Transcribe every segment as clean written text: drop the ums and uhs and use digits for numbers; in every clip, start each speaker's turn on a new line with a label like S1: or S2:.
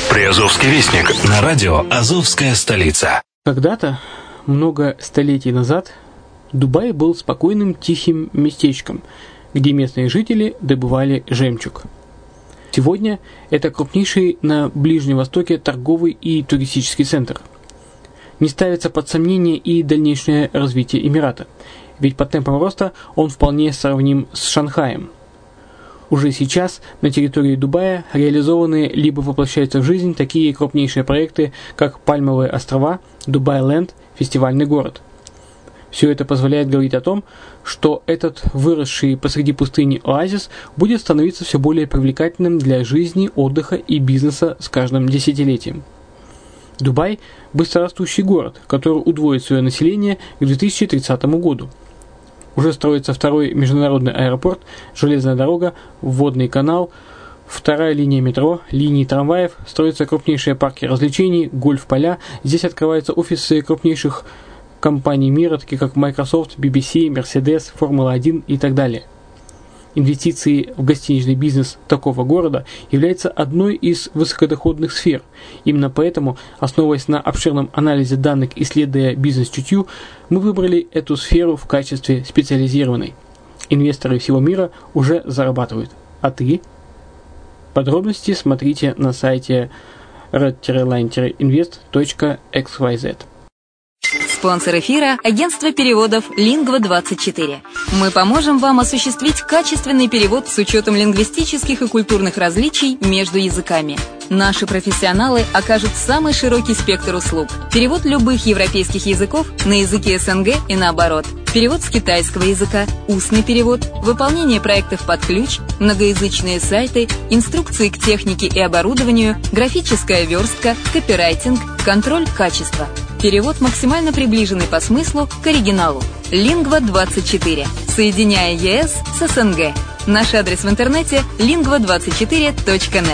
S1: Приазовский вестник на радио «Азовская столица».
S2: Когда-то, много столетий назад, Дубай был спокойным тихим местечком, где местные жители добывали жемчуг. Сегодня это крупнейший на Ближнем Востоке торговый и туристический центр. Не ставится под сомнение и дальнейшее развитие Эмирата, ведь по темпам роста он вполне сравним с Шанхаем. Уже сейчас на территории Дубая реализованы либо воплощаются в жизнь такие крупнейшие проекты, как Пальмовые острова, Дубай-Ленд, фестивальный город. Все это позволяет говорить о том, что этот выросший посреди пустыни оазис будет становиться все более привлекательным для жизни, отдыха и бизнеса с каждым десятилетием. Дубай – быстрорастущий город, который удвоит свое население к 2030 году. Уже строится второй международный аэропорт, железная дорога, водный канал, вторая линия метро, линии трамваев, строятся крупнейшие парки развлечений, гольф-поля. Здесь открываются офисы крупнейших компаний мира, таких как Microsoft, BBC, Mercedes, Формула-1 и так далее. Инвестиции в гостиничный бизнес такого города являются одной из высокодоходных сфер. Именно поэтому, основываясь на обширном анализе данных, исследуя бизнес-чутью, мы выбрали эту сферу в качестве специализированной. Инвесторы всего мира уже зарабатывают. А ты? Подробности смотрите на сайте red-line-invest.xyz.
S3: Спонсор эфира – агентство переводов Lingva24. Мы поможем вам осуществить качественный перевод с учетом лингвистических и культурных различий между языками. Наши профессионалы окажут самый широкий спектр услуг. Перевод любых европейских языков на языки СНГ и наоборот. Перевод с китайского языка, устный перевод, выполнение проектов под ключ, многоязычные сайты, инструкции к технике и оборудованию, графическая верстка, копирайтинг, контроль качества. Перевод максимально приближенный по смыслу к оригиналу. Lingva24. Соединяя ЕС с СНГ. Наш адрес в интернете lingva24.net.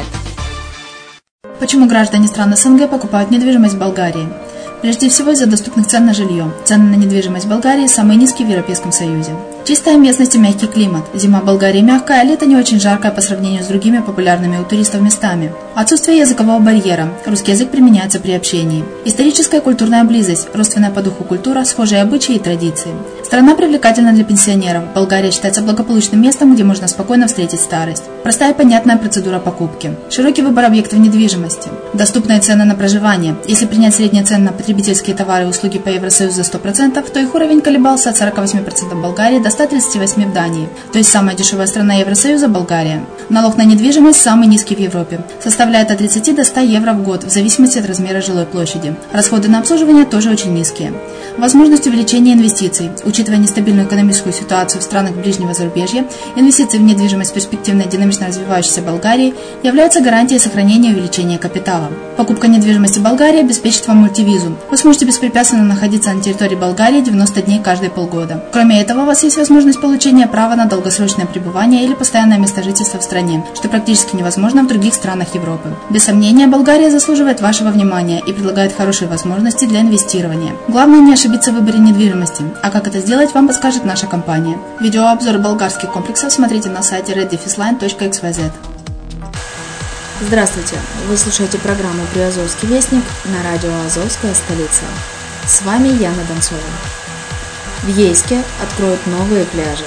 S4: Почему граждане стран СНГ покупают недвижимость в Болгарии? Прежде всего из-за доступных цен на жилье. Цены на недвижимость в Болгарии самые низкие в Европейском Союзе. Чистая местность и мягкий климат. Зима в Болгарии мягкая, а лето не очень жаркое по сравнению с другими популярными у туристов местами. Отсутствие языкового барьера. Русский язык применяется при общении. Историческая и культурная близость. Родственная по духу культура, схожие обычаи и традиции. Страна привлекательна для пенсионеров. Болгария считается благополучным местом, где можно спокойно встретить старость. Простая и понятная процедура покупки. Широкий выбор объектов недвижимости. Доступные цены на проживание. Если принять средние цены на потребительские товары и услуги по Евросоюзу за 100%, то их уровень колебался от 48% в Болгарии до 138% в Дании. То есть самая дешевая страна Евросоюза – Болгария. Налог на недвижимость самый низкий в Европе. Составляет от 30 до 100 евро в год, в зависимости от размера жилой площади. Расходы на обслуживание тоже очень низкие. Возможность увеличения инвестиций. Учитывая нестабильную экономическую ситуацию в странах ближнего зарубежья, инвестиции в недвижимость в перспективной динамично развивающейся Болгарии являются гарантией сохранения и увеличения капитала. Покупка недвижимости в Болгарии обеспечит вам мультивизу. Вы сможете беспрепятственно находиться на территории Болгарии 90 дней каждые полгода. Кроме этого, у вас есть возможность получения права на долгосрочное пребывание или постоянное место жительства в стране, что практически невозможно в других странах Европы. Без сомнения, Болгария заслуживает вашего внимания и предлагает хорошие возможности для инвестирования. Главное не ошибиться в выборе недвижимости, а как это сделать, вам подскажет наша компания. Видеообзор болгарских комплексов смотрите на сайте red-line.xyz.
S5: Здравствуйте! Вы слушаете программу «Приазовский вестник» на радио «Азовская столица». С вами Яна Донцова. В Ейске откроют новые пляжи.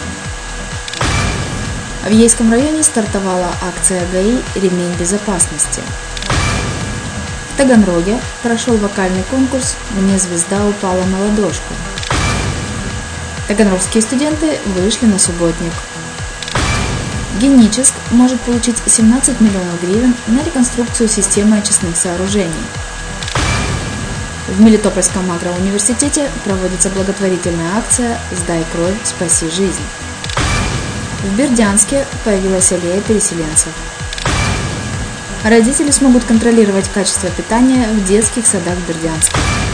S5: В Ейском районе стартовала акция ГАИ «Ремень безопасности». В Таганроге прошел вокальный конкурс «Мне звезда упала на ладошку». Таганрогские студенты вышли на субботник. Геническ может получить 17 миллионов гривен на реконструкцию системы очистных сооружений. В Мелитопольском агроуниверситете проводится благотворительная акция «Сдай кровь, спаси жизнь». В Бердянске появилась аллея переселенцев. Родители смогут контролировать качество питания в детских садах Бердянска.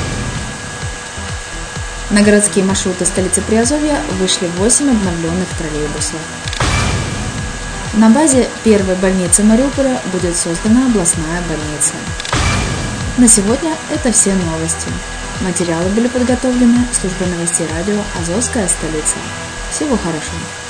S5: На городские маршруты столицы Приазовья вышли 8 обновленных троллейбусов. На базе первой больницы Мариуполя будет создана областная больница. На сегодня это все новости. Материалы были подготовлены службой новостей радио «Азовская столица». Всего хорошего!